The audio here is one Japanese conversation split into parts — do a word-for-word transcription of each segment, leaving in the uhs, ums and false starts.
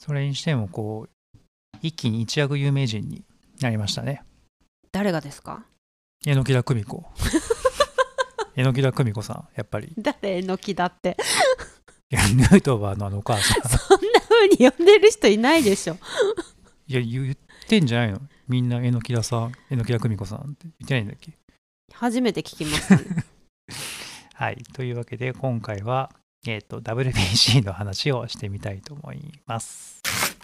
それにしてもこう一気に一躍有名人になりましたね。 誰がですか？ 榎田久美子榎田久美子さん、やっぱり誰榎木だって。 いやヌートバーのあのお母さんそんな風に呼んでる人いないでしょ。 いや言ってんじゃないの、みんな榎田さん、榎田久美子さんって言ってないんだっけ。 初めて聞きましたね。 はい、というわけで今回は、えーと、ダブリュービーシー の話をしてみたいと思います。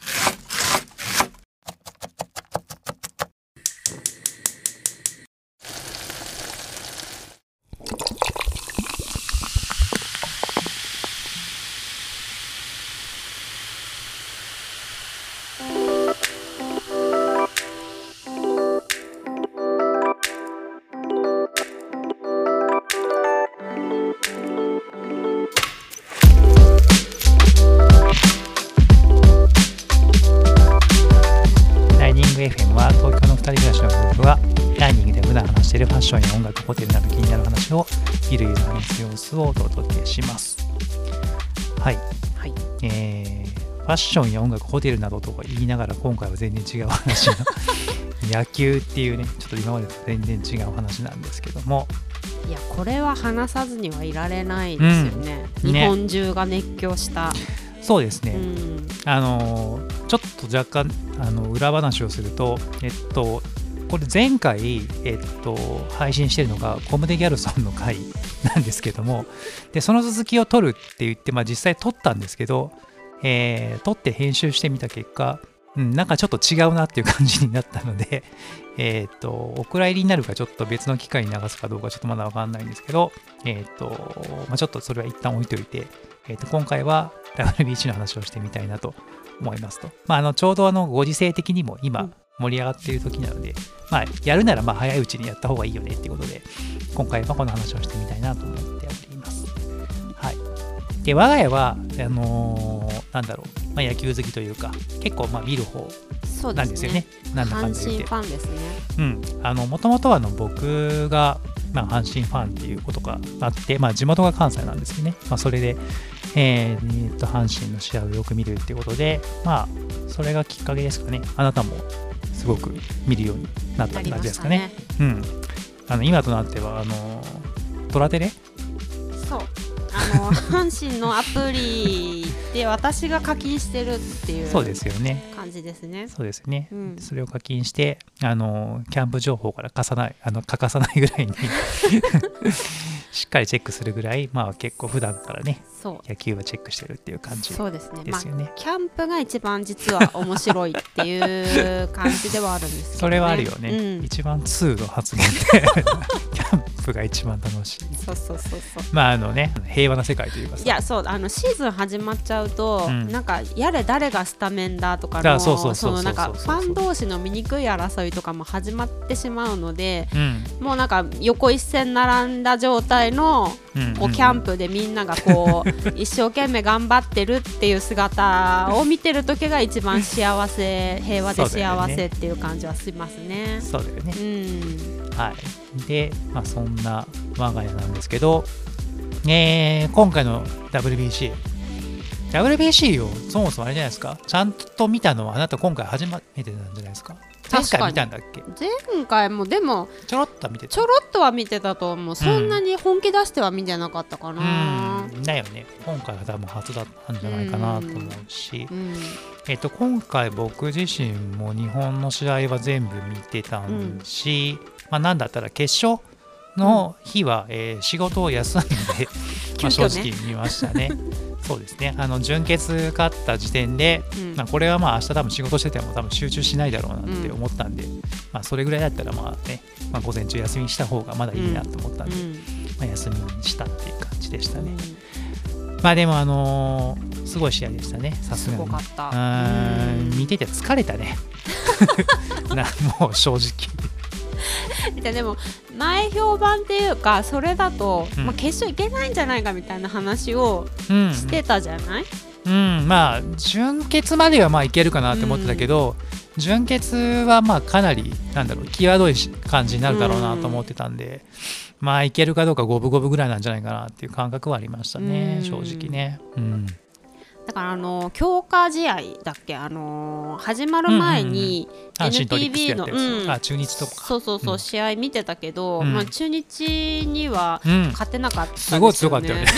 エフエム は東京のふたり暮らしの夫婦がダイニングで普段話しているファッションや音楽、ホテルなど気になる話をゆるゆる話す様子をお届けします。はい、はい、えー、ファッションや音楽、ホテルなどとか言いながら今回は全然違う話の野球っていうね、ちょっと今までと全然違う話なんですけども、 いやこれは話さずにはいられないですよね、うん、日本中が熱狂した、ね、 そうですね、うん、あのちょっと若干あの裏話をすると、えっとこれ前回、えっと、配信してるのがコムデギャルソンの回なんですけども、でその続きを撮るって言って、まあ、実際撮ったんですけど、えー、撮って編集してみた結果、うん、なんかちょっと違うなっていう感じになったので、えっとお蔵入りになるかちょっと別の機会に流すかどうかちょっとまだ分かんないんですけど、えっとまあ、ちょっとそれは一旦置いといて、えっと今回は ダブリュービーシー の話をしてみたいなと思いますと。まあ、あのちょうどあのご時世的にも今盛り上がっている時なので、まあ、やるならまあ早いうちにやった方がいいよねっていうことで、今回はこの話をしてみたいなと思っております。はい。で、我が家は、あのー、なんだろう、まあ、野球好きというか、結構まあ見る方なんですよね。なんだかんだ言って。 阪神ファンですね。 うん。あの、もともとはあの僕が、まあ、阪神ファンっていうことがあって、まあ、地元が関西なんですけどね、まあ、それで、えーえー、と阪神の試合をよく見るっていうことで、まあ、それがきっかけですかね。あなたもすごく見るようになったって感じですかね。うん。あの今となっては、あのトラテレ？ そう。あの阪神のアプリで私が課金してるっていうそうですよね感じですね。 そうですね、 うん、 それを課金してあのキャンプ情報から貸さないあの欠かさないぐらいにしっかりチェックするぐらい、まあ、結構普段からね野球はチェックしてるっていう感じですよね。 そうですね、まあ、キャンプが一番実は面白いっていう感じではあるんですけど、ね、 それはあるよね、うん、一番ツーの発言でキャンプが一番楽しい。 そうそうそうそう、 まああのね平和な世界というかさ、 いやそうあのシーズン始まっちゃうと、うん、なんかやれ誰がスタメンだとかのそのなんかファン同士の醜い争いとかも始まってしまうので、うん、もうなんか横一線並んだ状態のこうキャンプでみんながこう一生懸命頑張ってるっていう姿を見てる時が一番幸せ平和で幸せっていう感じはしますね。 そうだよね、うん、はい。で、まあ、そんな我が家なんですけど、えー、今回の ダブリュービーシー ダブリュービーシー をそもそもあれじゃないですか、ちゃんと見たのはあなた今回初めてなんじゃないですか。前回見たんだっけ。 前回もでもちょろっと見てた。 ちょろっとは見てたと思う、うん、そんなに本気出しては見てなかったかな。 うんだよね。今回は多分初だったんじゃないかなと思うし、うん、えっと、今回僕自身も日本の試合は全部見てたんし、うんまあ、なんだったら決勝の日は、うんえー、仕事を休んで、まあ、正直見ましたね。そうですね、あの準決勝った時点で、うんまあ、これはまあ明日多分仕事してても多分集中しないだろうなって思ったんで、うんまあ、それぐらいだったらまあ、ねまあ、午前中休みにした方がまだいいなと思ったんで、うんまあ、休みにしたっていう感じでしたね。うん、まあでもあのー、すごい試合でしたね。さすがにすごかった。 うん見てて疲れたねなもう正直でも前評判っていうかそれだと、うんまあ、決勝いけないんじゃないかみたいな話をしてたじゃない、 うん、うん、まあ準決まではまあいけるかなって思ってたけど、うん、準決はまあかなりなんだろう際どい感じになるだろうなと思ってたんで、うん、まあいけるかどうか五分五分ぐらいなんじゃないかなっていう感覚はありましたね、うん、正直ね、うん、 だからあの強化試合だっけ、あのー、始まる前に エヌティービー の、 うんうん、あ中日とかそうそうそう、うん、試合見てたけど、うんまあ、中日には勝てなかったですよね、 うん、すごい強かったよね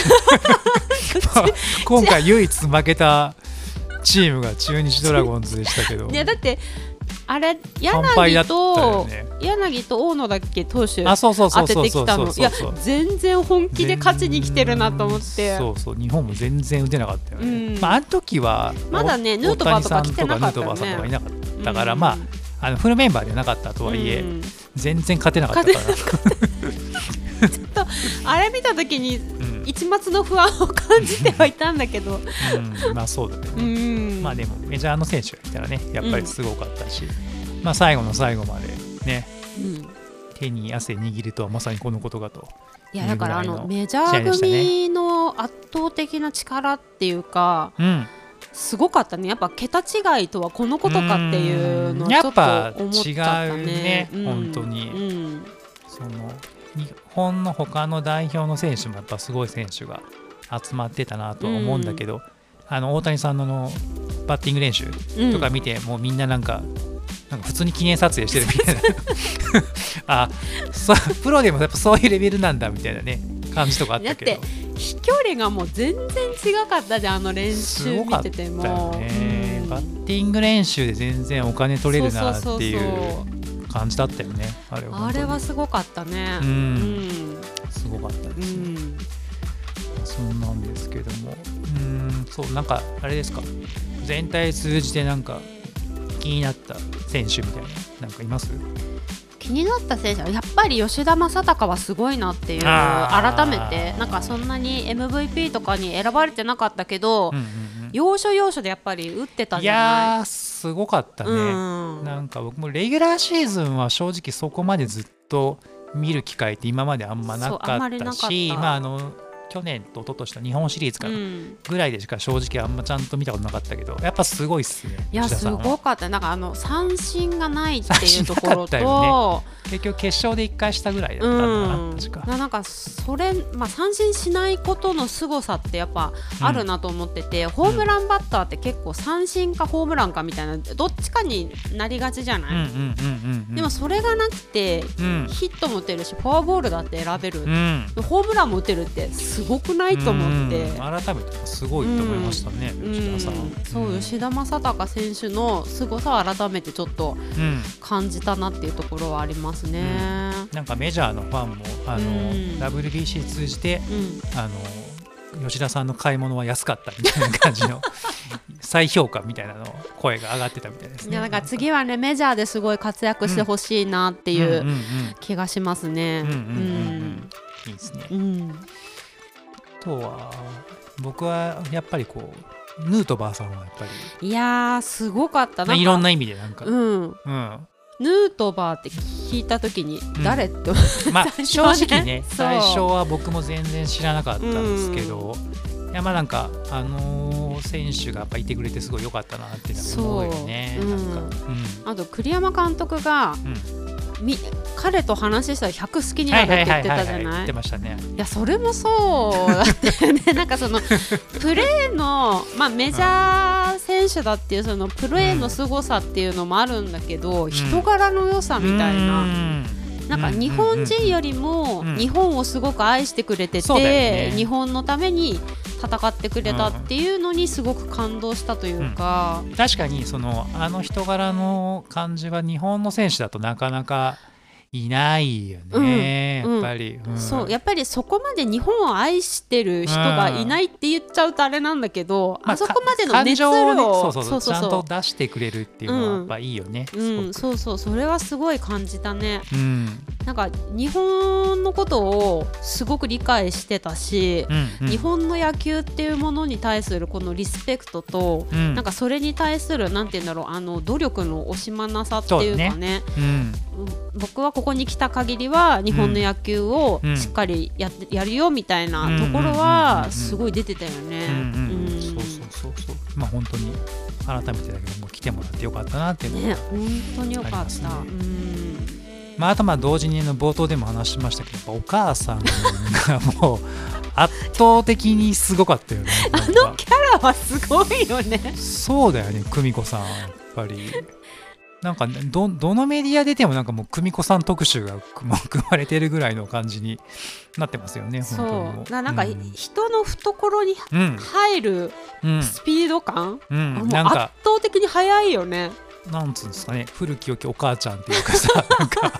今回唯一負けたチームが中日ドラゴンズでしたけどいやだってあれ柳と、ね、柳と大野だっけ投手当ててきたの、いや全然本気で勝ちに来てるなと思って、 そうそう日本も全然打てなかったよね、うんまあ、あの時はまだねヌートバーとか来てなかったよね、 ヌートバーさんとかいなかったから、うん、まああのフルメンバーでなかったとはいえ、うん、全然勝てなかったからちょっとあれ見た時に一抹の不安を感じてはいたんだけど、 うん、まあそうだね、うんまあでもメジャーの選手がいたらねやっぱりすごかったし、うんまあ、最後の最後までね、うん、手に汗握るとはまさにこのことかといやだからあのメジャー組の圧倒的な力っていうか、うん、すごかったね。やっぱ桁違いとはこのことかっていうのをちょっと思っちゃったね。 やっぱ違うね、うん、本当に、うん、その日本の他の代表の選手もやっぱすごい選手が集まってたなとは思うんだけど、うん、あの大谷さん の, のバッティング練習とか見て、うん、もうみんななんかなんか普通に記念撮影してるみたいなあそプロでもやっぱそういうレベルなんだみたいなね感じとかあったけど、だって飛距離がもう全然違かったじゃん、あの練習見てても。すごかったよね、 うん、バッティング練習で全然お金取れるなっていう感じだったよね。あれはあれはすごかったね、うんうん、 すごかったですね、うん、そんなんですけども、うん、そうなんかあれですか、全体通じてなんか気になった選手みたいななんかいます？ 気になった選手はやっぱり吉田正尚はすごいなっていう、改めてなんかそんなに エムブイピー とかに選ばれてなかったけど、うんうんうん、要所要所でやっぱり打ってたじゃない。 いやーすごかったね、うん、なんか僕もレギュラーシーズンは正直そこまでずっと見る機会って今まであんまなかったし、まああの去年と一昨年の日本シリーズかな、うん、ぐらいでしか正直あんまちゃんと見たことなかったけど、やっぱすごいっすね。 いやすごかった。なんかあの三振がないっていうところと、ね、 結局決勝でいっかいしたぐらいだったのかな、うん、確か。 なんかそれ、まあ、三振しないことの凄さってやっぱあるなと思ってて、うん、ホームランバッターって結構三振かホームランかみたいなどっちかになりがちじゃない。でもそれがなくて、うん、ヒットも打てるしフォアボールだって選べる、うん、ホームランも打てるってすごくないと思って、 うん、改めてすごいと思いましたね、うん、吉田さん、うん、 そう、吉田正尚選手の凄さを改めてちょっと感じたなっていうところはありますね、 うん、なんかメジャーのファンもあの、うん、ダブリュービーシー 通じて、うん、あの吉田さんの買い物は安かったみたいな感じの再評価みたいなの声が上がってたみたいですね。 いやなんか次はねメジャーですごい活躍してほしいなっていう気がしますね。 いいですね、うんあとは僕はやっぱりこうヌートバーさんはやっぱりいやーすごかったな。 いろんな意味でなんか、 うんうん、ヌートバーって聞いた時に誰、うん、って思って、まあ、正直ね最初は僕も全然知らなかったんですけど、うん、いやまあなんかあのー、選手がやっぱいてくれてすごい良かったなっていうのは思うよね。 そう、うんなんかうん、あと栗山監督が、うんみ彼と話したらひゃく好きになるって言ってたじゃない。 言ってましたね。 いやそれもそうだってねなんかそのプレーの、まあ、メジャー選手だっていうそのプレーの凄さっていうのもあるんだけど、うん、人柄の良さみたいな、うん、なんか日本人よりも日本をすごく愛してくれてて、うんね、日本のために戦ってくれたっていうのにすごく感動したというか、 うん、確かにそのあの人柄の感じは日本の選手だとなかなかいないよね、うん、やっぱり、 うん、そうやっぱりそこまで日本を愛してる人がいないって言っちゃうとあれなんだけど、うん、あそこまでの熱量を、ね、 そうそうそうちゃんと出してくれるっていうのはやっぱいいよね、 うんうん、そうそうそれはすごい感じたね、うん、なんか日本のことをすごく理解してたし、うんうん、日本の野球っていうものに対するこのリスペクトと、うん、なんかそれに対するなんて言うんだろうあの努力の惜しまなさっていうかね、うん、僕はここに来た限りは日本の野球をしっかり や, やるよみたいなところはすごい出てたよね。 そうそうそうそうまあ本当に改めてだけども来てもらってよかったなっていうのは、 ね、本当によかった、うんまあ、あとまあ同時にの冒頭でも話しましたけど、お母さんがもう圧倒的にすごかったよね。 あのキャラはすごいよね。 そうだよね、久美子さんやっぱりなんか ど, どのメディア出てもなんかもう久美子さん特集が組まれてるぐらいの感じになってますよね。 そう本当になんか人の懐に入るスピード感、うんうん、もう圧倒的に速いよね。 なんつうんですかね、古き良きお母ちゃんっていうかさなんか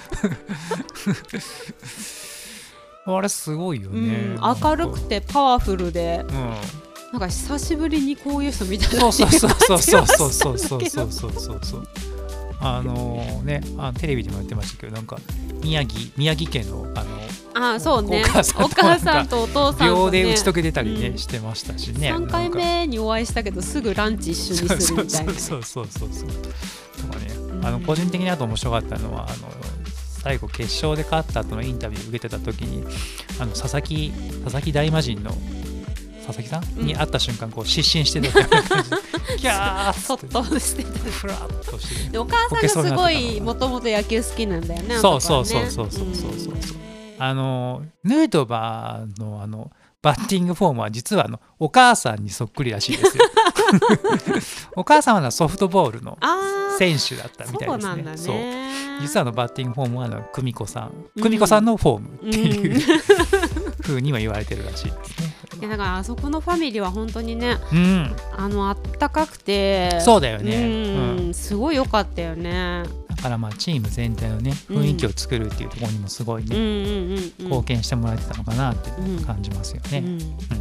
あれすごいよね、うん、 明るくてパワフルで、うん、なんか久しぶりにこういう人みたいな感じがしましたけど、そうそうそうそうそうそうそうそうあのー、ねあテレビでも言ってましたけど、なんか宮城宮城県のあのあそうね、お母さんとお父さんと、ね、 秒で打ち解けてたりね、うん、してましたしね。 さんかいめにお会いしたけどすぐランチ一緒にするみたいな。 そうそうそうそうそうとかね、うん、あの個人的にあと面白かったのはあの最後決勝で勝った後のインタビュー受けてた時にあの佐々木佐々木大魔神の佐々木さん、うん、に会った瞬間こう失神してたみたいな感じでキャーそっとしてたフラッとして、 ね、お母さんがすごいもともと野球好きなんだよね。 そうそうそうそうそうそうそう、うん、あのヌートバーのあのバッティングフォームは実はあのお母さんにそっくりらしいですよお母さんはソフトボールの選手だったみたいですね。そうなんだね。そう実はあのバッティングフォームはあの久美子さん久美子さんのフォームっていう、うん、風には言われてるらしいですね。 いやだからあそこのファミリーは本当にね、うん、あのあったかくてそうだよね、 うんうん、すごい良かったよね。 だからまあチーム全体のね雰囲気を作るっていうところにもすごいね、うん、貢献してもらえてたのかなって感じますよね、うんうんうん、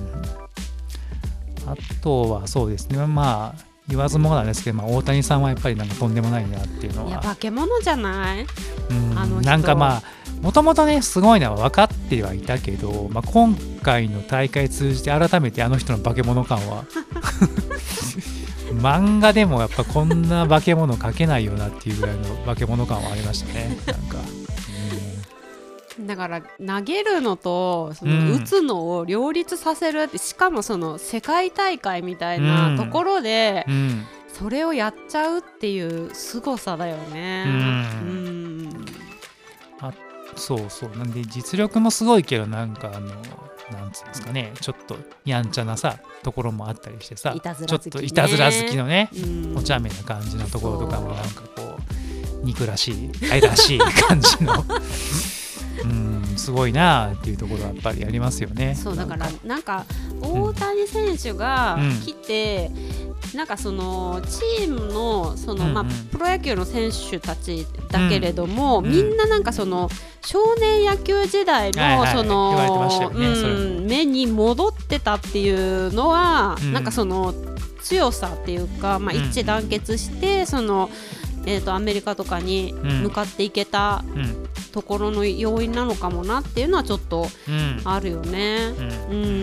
あとはそうですね、まあ言わずもがなんですけど、まあ、大谷さんはやっぱりなんかとんでもないなっていうのは。 いや化け物じゃない、 うん、あの人なんかまあもともとねすごいのは分かってはいたけど、まあ、今回の大会通じて改めてあの人の化け物感は漫画でもやっぱこんな化け物描けないよなっていうぐらいの化け物感はありましたね。なんか、 うん、だから投げるのとその打つのを両立させるって、うん、しかもその世界大会みたいなところで、うんうん、それをやっちゃうっていう凄さだよね、うんうん、 あそうそうなんで実力もすごいけどなんかあのなんつうんですかね、ちょっとやんちゃなさところもあったりしてさ、 いたずら好きね、ちょっといたずら好きのね、うん、お茶目な感じのところとかもなんかこう憎らしい愛らしい感じのうんすごいなっていうところはやっぱりありますよね。 そうだからなんか大谷選手が来て、うん、なんかそのチームのその、うんうん、まあ、プロ野球の選手たちだけれども、うん、みんななんかその少年野球時代のその目に戻ってたっていうのは、うん、なんかその強さっていうか、まあ、一致団結してその、えーと、アメリカとかに向かっていけたところの要因なのかもなっていうのはちょっとあるよね。うんうん、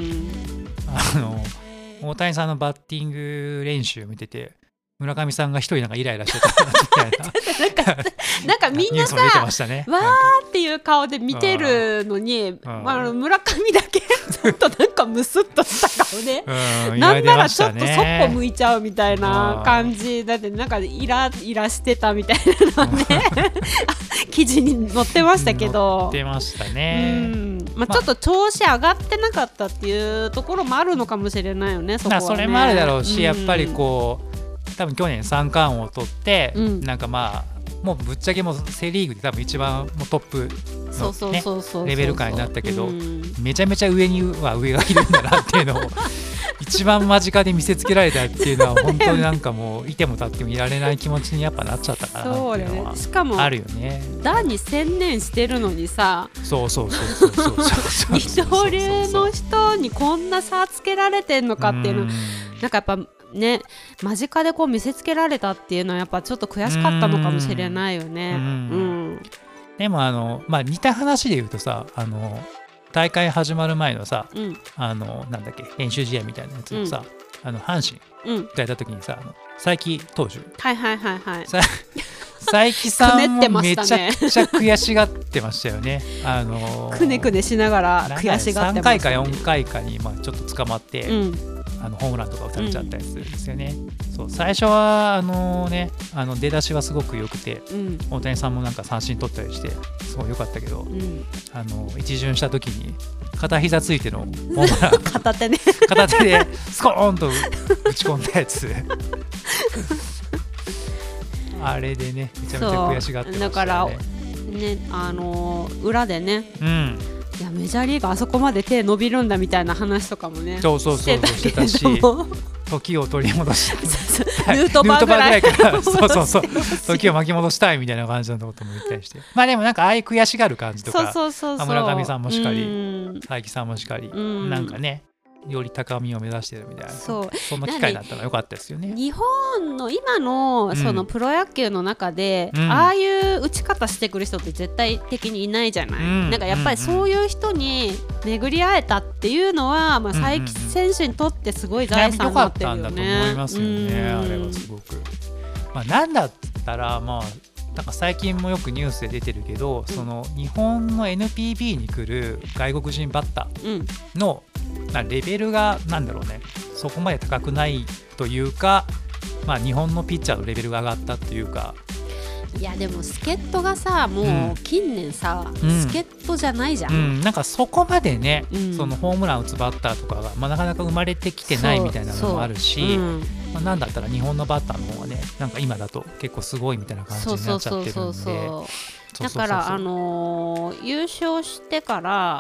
あの大谷さんのバッティング練習見てて村上さんが一人なんかイライラしてたみたいななんかなんかみんなさ、 ね、 わーっていう顔で見てるのに、まあ、村上だけちょっとなんかムスッとした顔で、うん、なんならちょっとそっぽ向いちゃうみたいな感じだって、なんかイライラしてたみたいなのね記事に載ってましたけど、 載ってましたね、うん、 まあ、ちょっと調子上がってなかったっていうところもあるのかもしれないよね、そこはね。 それもあるだろうし、うん、やっぱりこう多分去年三冠王を取って、うん、なんかまあもうぶっちゃけもうセリーグで多分一番もうトップの、ね、レベル感になったけど、うん、めちゃめちゃ上には上がいるんだなっていうのを一番間近で見せつけられたっていうのは本当になんかもういても立ってもいられない気持ちにやっぱなっちゃったかなっていうのはあるよね。 打に専念してるのにさ、 そうそうそうそうそう二刀流の人にこんな差つけられてんのかっていうの、うん、なんかやっぱね、間近でこう見せつけられたっていうのはやっぱちょっと悔しかったのかもしれないよね。うん、うん、 でもあの、まあ、似た話で言うとさ、あの大会始まる前のさ、うん、あのなんだっけ練習試合みたいなやつをさ、うん、あの阪神がやった時にさ、あの佐伯投手、 はいはいはいはい、 佐伯さんもめちゃくちゃ悔しがってましたよね。あのくねくねしながら悔しがってましたね。 さんかいかよんかいかにまあちょっと捕まって、うん、 あのホームランとか打たれちゃったりするんですよね、うん、そう最初はあの、ね、あの出だしはすごく良くて、うん、大谷さんもなんか三振取ったりしてすごい良かったけど、うん、あの一巡した時に片膝ついてのホームラン片手ね片手でスコーンと打ち込んだやつあれでねめちゃめちゃ悔しがってましたね。だからね、あのー、裏でね、うん、いやメジャーリーグあそこまで手伸びるんだみたいな話とかもねそうそうそうしてたし時を取り戻してヌートバーぐらいからそうそうそう時を巻き戻したいみたいな感じのことも言ったりしてまあでもなんかああいう悔しがる感じとかそうそうそうそう村上さんもしかり佐伯さんもしかりなんかねより高みを目指してるみたいな そ, そんな機会だったのが良かったですよね。 日本の今 の, そのプロ野球の中で、うん、ああいう打ち方してくる人って絶対的にいないじゃない、うん、なんかやっぱりそういう人に巡り会えたっていうのは、まあ、佐伯選手にとってすごい財産になってるよね。 良かったんだと思いますよね、うん、あれはすごく、まあ、なんだったらまあなんか最近もよくニュースで出てるけど、うん、その日本の エヌピービー に来る外国人バッターの、うん、レベルがなんだろうねそこまで高くないというか、まあ、日本のピッチャーのレベルが上がったというか。 いやでも助っ人がさもう近年さ、うん、助っ人じゃないじゃん、うん、 なんかそこまでね、うん、そのホームラン打つバッターとかが、まあ、なかなか生まれてきてないみたいなのもあるし、まあ、なんだったら日本のバッターの方がねなんか今だと結構すごいみたいな感じになっちゃってるんでだからあのー、優勝してから、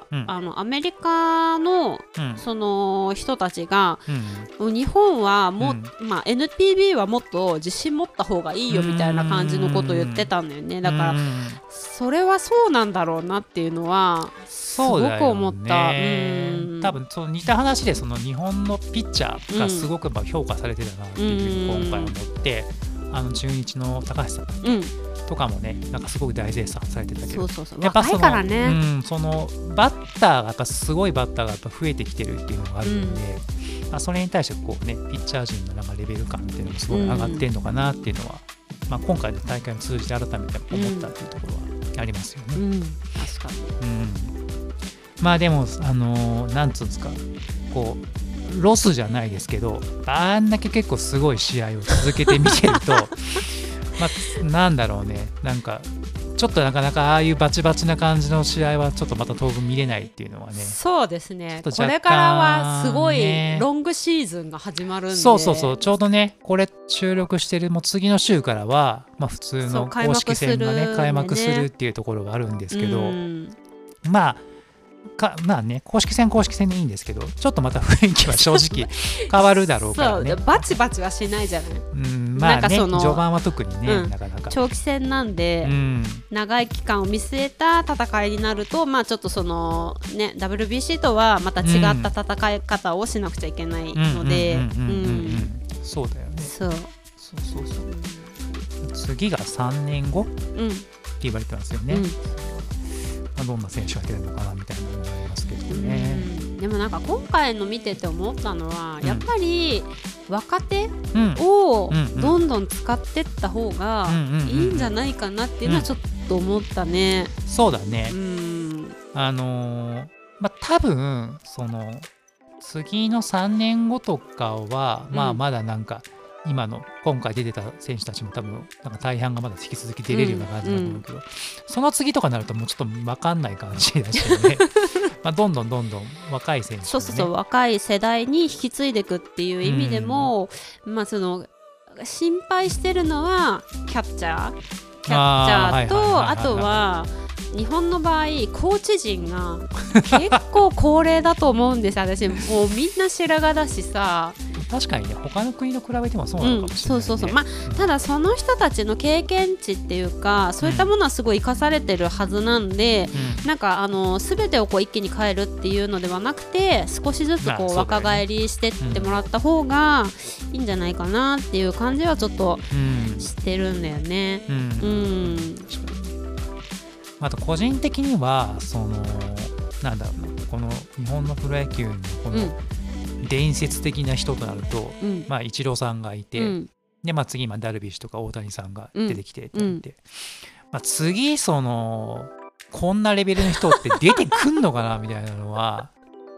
うん、あのアメリカの、うん、その人たちが、うん、日本はも、うんまあ、エヌピービー はもっと自信持った方がいいよみたいな感じのことを言ってたんだよね。だからそれはそうなんだろうなっていうのはすごく思った。 うん多分その似た話でその日本のピッチャーがすごく評価されてたなっていうふうに今回思って、あの中日の高橋さん、うんとかもねなんかすごく大絶賛されてたけど、 そうそうそうやっぱその若いからね、 うん、そのバッターがやっぱすごいバッターがやっぱ増えてきてるっていうのがあるので、うんまあ、それに対してこうねピッチャー陣のなんかレベル感っていうのもすごい上がってるのかなっていうのは、うんまあ、今回の大会を通じて改めて思ったっていうところはありますよね。 うん、確かに、うん、 まあでもあのー、なんつうんですかこうロスじゃないですけどあんだけ結構すごい試合を続けて見てるとまあ、なんだろうねなんかちょっとなかなかああいうバチバチな感じの試合はちょっとまた当分見れないっていうのはね。 そうですねこれからはすごいロングシーズンが始まるんで、 そうそうそうちょうどねこれ収録してるもう次の週からは、まあ、普通の公式戦がね開幕するっていうところがあるんですけど、うん、まあかまあね公式戦公式戦でいいんですけどちょっとまた雰囲気は正直変わるだろうからね。 そうバチバチはしないじゃない、 うんまあね序盤は特にね、うん、なかなか長期戦なんで、うん、長い期間を見据えた戦いになるとまあちょっとそのね ダブリュービーシー とはまた違った戦い方をしなくちゃいけないのでそうだよねそうそうそうそう、うん、次がさんねんご、うん、って言われてますよね、うんどんな選手が出るのかなみたいなのがありますけどね。 うんでもなんか今回の見てて思ったのは、うん、やっぱり若手をどんどん使っていった方がいいんじゃないかなっていうのはちょっと思ったね。 うん、そうだね。うんあのー、まあ多分その次のさんねんごとかは、まあまだなんか今の今回出てた選手たちも多分なんか大半がまだ引き続き出れるような感じだと思うけど、うんうん、その次とかになるともうちょっと分かんない感じだしねまあどんどんどんどん若い選手、ね、 そうそうそう若い世代に引き継いでいくっていう意味でも、うん、まあその心配してるのはキャッチャーキャッチャーとあとは日本の場合コーチ陣が結構高齢だと思うんです私もうみんな白髪だしさ確かにね他の国と比べてもそうなのかもしれない、ねうん、そうそうそう、 まあ、ただその人たちの経験値っていうかそういったものはすごい生かされてるはずなんで、うん、なんかあの全てをこう一気に変えるっていうのではなくて少しずつこう若返りしてってもらった方がいいんじゃないかなっていう感じはちょっとしてるんだよね。うん、うんうん、確かにあと個人的にはそのなんだろうなこの日本のプロ野球のこの、うん伝説的な人となると、うんまあ、イチローさんがいて、うんでまあ、次、まあ、ダルビッシュとか大谷さんが出てきてって言って、うんまあ、次そのこんなレベルの人って出てくんのかなみたいなのは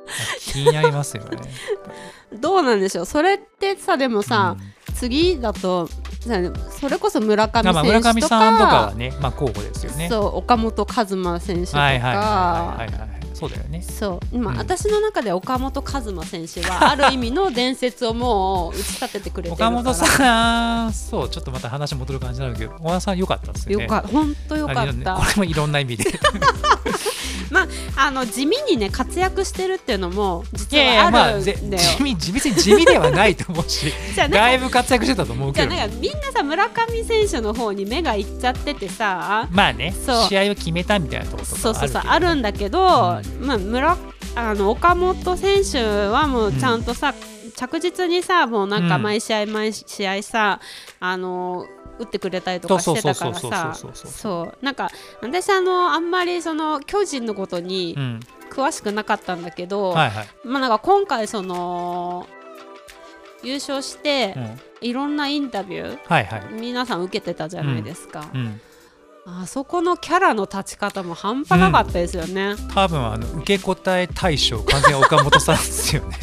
気になりますよね。 どうなんでしょう。それってさ、でもさ、うん、次だとそれこそ村上選手とか、 村上さんとかはね、まあ、候補ですよね。 そう岡本和真選手とか、 はいはいはいはいはい、そうだよね。 そう今、うん、私の中で岡本和真選手はある意味の伝説をもう打ち立ててくれてるから岡本さん、そうちょっとまた話戻る感じになるけど、小田さん良かったですよね。 よか本当良かった。 これもいろんな意味でまあ、あの地味にね活躍してるっていうのも実はあるんだよ。いやいや、まあ、 地味別に地味ではないと思うしだいぶ活躍してたと思うけど、 じゃあなんかみんなさ村上選手の方に目がいっちゃっててさ、 まあね試合を決めたみたいなところとかそうそうそうあるんだけど、うんまあ、村あの岡本選手はもうちゃんとさ、うん、着実にさもうなんか毎試合毎試合さ、うん、あの打ってくれたりとかしてたからさ、そうなんか私あのあんまりその巨人のことに詳しくなかったんだけど、うんはいはい、まあなんか今回その優勝して、うん、いろんなインタビュー、はいはい、皆さん受けてたじゃないですか、うんうんあそこのキャラの立ち方も半端なかったですよね、うん、 多分あの受け答え大賞完全に岡本さんですよね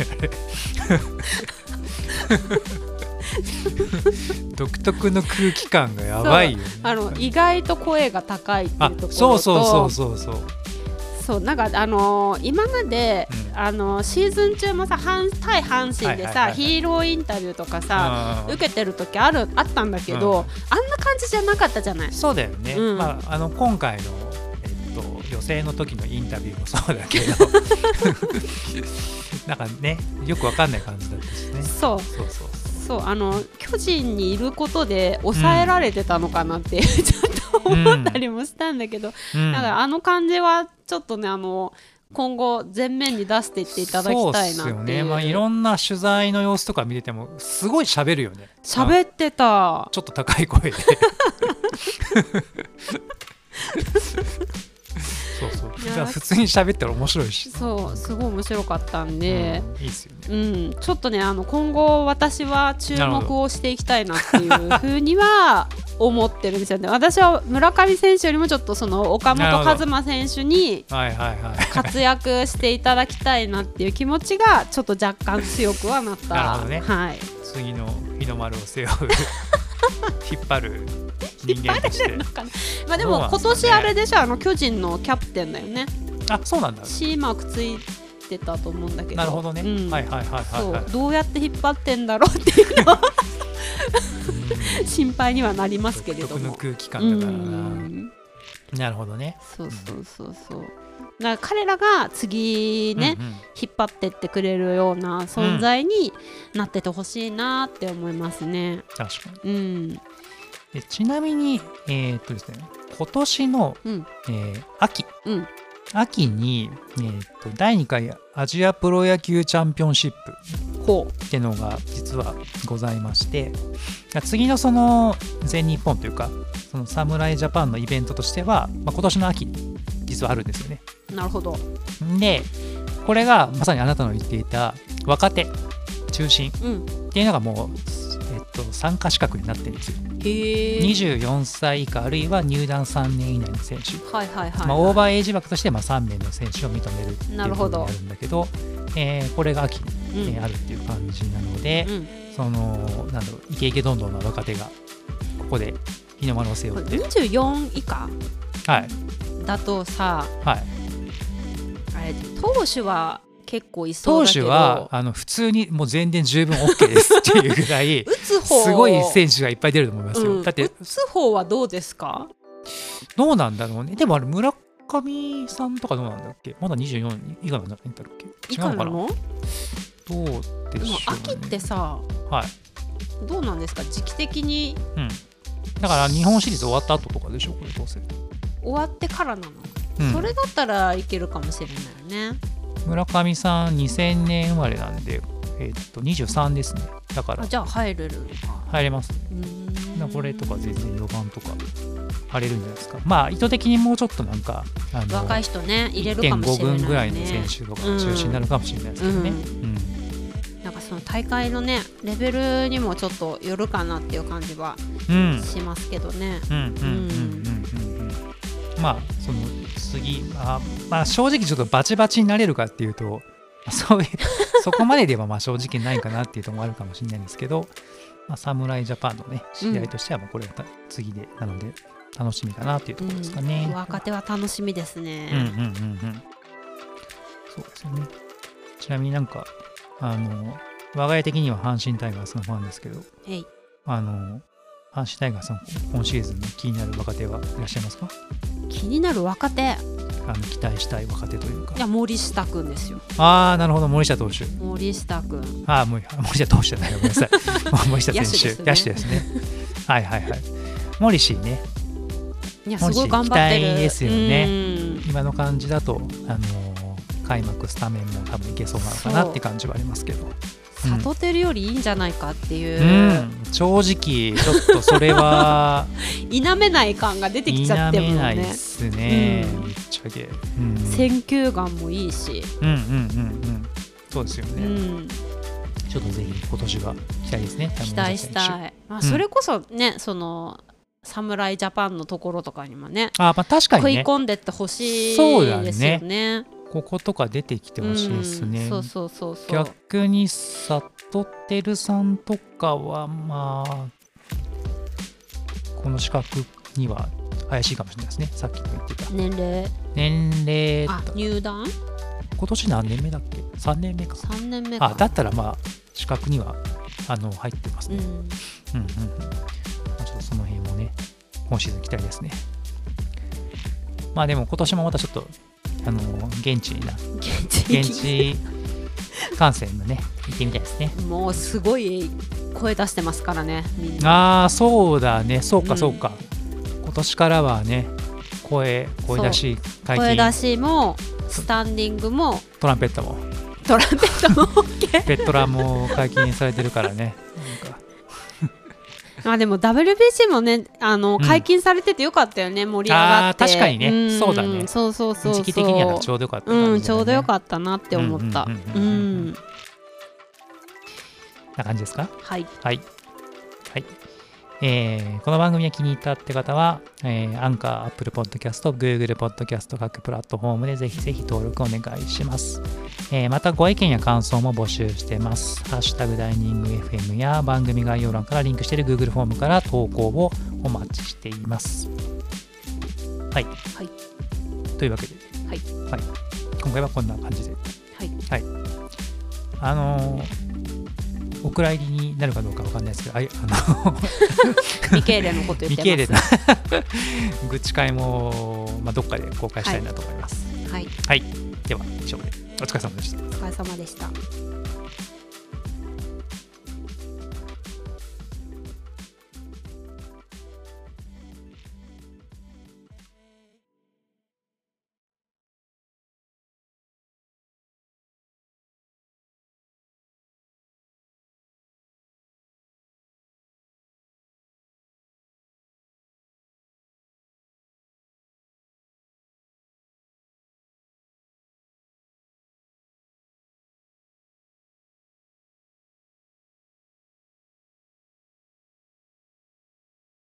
独特の空気感がやばいよね。 あの意外と声が高いっていうところと、 そうそうそうそうそうそうなんかあのー、今まで、うん、あのー、シーズン中もさ対阪神でさ、はいはいはいはい、ヒーローインタビューとかさ受けてる時あるあったんだけど、うん、あんな感じじゃなかったじゃない。 そうだよね、うんまあ、あの今回の、えっと、予選の時のインタビューもそうだけどなんかねよくわかんない感じだったしね。 そうそうそうそうあの巨人にいることで抑えられてたのかなって、うん、ちょっと思ったりもしたんだけど、うん、だからあの感じはちょっとねあの今後前面に出していっていただきたいなっていう。そうですよね、 まあ、いろんな取材の様子とか見ててもすごい喋るよね。 喋ってたちょっと高い声でそうそうじゃあ普通に喋ったら面白いし、 そうすごい面白かったんで、 うん、いいですよね、 うん、ちょっとねあの今後私は注目をしていきたいなっていうふうには思ってるんですよね。私は村上選手よりもちょっとその岡本和真選手に活躍していただきたいなっていう気持ちがちょっと若干強くはなった。 なるほどね、 はい、 次の日の丸を背負う引っ張る人間としてまあでも今年あれでしょ、あの巨人のキャプテンだよね。 あ、そうなんだ。 C マークついてたと思うんだけど。 なるほどね、うん、はいはいはいはい、 そうどうやって引っ張ってんだろうっていうのは心配にはなりますけれども、 独特の空気感だからな。なるほどね。 そうそうそうそう、だから彼らが次ね、うんうん、引っ張ってってくれるような存在になっててほしいなって思いますね、 うん、確かに、 うん、 でちなみに、えーっとですね、今年の、うんえー、秋、うん、秋に、えー、っとだいにかいアジアプロ野球チャンピオンシップってのが実はございまして、次のその全日本というかその侍ジャパンのイベントとしては、まあ、今年の秋に実はあるんですよね。 なるほど。 でこれがまさにあなたの言っていた若手中心っていうのがもう、えっと、参加資格になってるんですよ。 へー。 にじゅうよんさい以下あるいは入団さんねん以内の選手、 はいはいはいはい、 まあ、オーバーエイジ枠としてまあさんめいの選手を認めるっていうことになるんだけど、えー、これが秋に、うんえー、あるっていう感じなので、うん、そのなんだろうイケイケどんどんな若手がここで日の丸を背負って。 にじゅうよん以下、 はい、 だとさ、 はい、 あれ投手は結構いそうだけど、 投手はあの普通にもう全然十分 OK ですっていうぐらい打つ方すごい選手がいっぱい出ると思いますよ、うん、だって打つ方はどうですか？ どうなんだろうね。でもあれ村上さんとかどうなんだっけ？まだにじゅうよん以下なんだっけ？違うのかな？どうでしょうね。 でも秋ってさ、 はい、 どうなんですか時期的に、 うん、だから日本シリーズ終わった後とかでしょこれどうせ終わってからなの、うん、それだったらいけるかもしれないね。 村上さんにせんねん生まれなんで、えー、っとにじゅうさんですね。だからあじゃあ入れるのか。 入れます。うーんこれとか全然よばんとか入れるんじゃないですか。まあ意図的にもうちょっとなんかあの若い人ね入れるかもしれないね。いってんごぶんぐらいの選手とか中心になるかもしれないですけどね、うんうん、 なんかその大会のねレベルにもちょっとよるかなっていう感じはしますけどね。 まあその次あ、まあ、正直ちょっとバチバチになれるかっていうとそういうそこまでではまあ正直ないかなっていうところもあるかもしれないんですけど、まあ、侍ジャパンのね試合としてはもうこれが次で、なので楽しみかなっていうところですかね、 うん、若手は楽しみですね。 うんうんうんうんそうですよね。ちなみになんかあの我が家的には阪神タイガースのファンですけど、あの阪神タイガースの今シーズンの気になる若手はいらっしゃいますか？ 気になる若手、あの期待したい若手というか。 いや森下くんですよ。 ああなるほど、森下投手。 森下くん。 ああ森下投手じゃないごめんなさい森下選手野手ですねはいはいはい。森氏ね。 いやすごい頑張ってる。 期待ですよね。今の感じだとあのー、開幕スタメンも多分いけそうなのかなって感じはありますけど。 サトテルよりいいんじゃないかっていう、 うん、正直ちょっとそれは否めない感が出てきちゃってるもんね。 否めないですね、うん、ぶっちゃけ、うん、 選球眼もいいし、 うんうんうんうんそうですよね、うん、ちょっとぜひ今年は期待ですね。 期待したい、まあ、それこそね、うん、その侍ジャパンのところとかにもね、 あ、まあ、確かにね食い込んでってほしいですよね。 こことか出てきてほしいですね、 うん、そうそうそうそう。 逆にサトテルさんとかはまあこの資格には怪しいかもしれないですね。さっきも言ってた年齢年齢あ入団今年何年目だっけ？さんねんめか。 さんねんめか。 あだったらまあ資格にはあの入ってますね、うん、うんうんうん。ちょっとその辺もね今シーズン期待ですね。まあでも今年もまたちょっとあの現地な現地現地観戦のね行ってみたいですね。 もうすごい声出してますからねみんな。ああそうだね、そうかそうか、うん、今年からはね声声出し解禁、 声出しもスタンディングもトランペットもトランペットも OK ペットラも解禁されてるからねなんかあでも ダブリュービーシー もねあの、うん、解禁されててよかったよね。盛り上がって。 あ確かにね、うん、そうだね。 そうそうそうそう時期的にはちょうどよかった感じだね、 うん、ちょうどよかったなって思ったな感じですか。 はいはい、はいえー、この番組が気に入ったって方は、えー、アンカー、アップルポッドキャスト、Google ポッドキャスト各プラットフォームでぜひぜひ登録お願いします、えー、またご意見や感想も募集してます。ハッシュタグダイニング エフエム や番組概要欄からリンクしている Google フォームから投稿をお待ちしていますはい、 はい、 というわけで、 はいはい、今回はこんな感じではい、 はい、あのーお蔵入りになるかどうかわかんないですけど、ああの未経例のこと言ってます。 未経例の愚痴会も、まあ、どっかで公開したいなと思います。 はい、 はい、では以上でお疲れ様でした。 お疲れ様でした。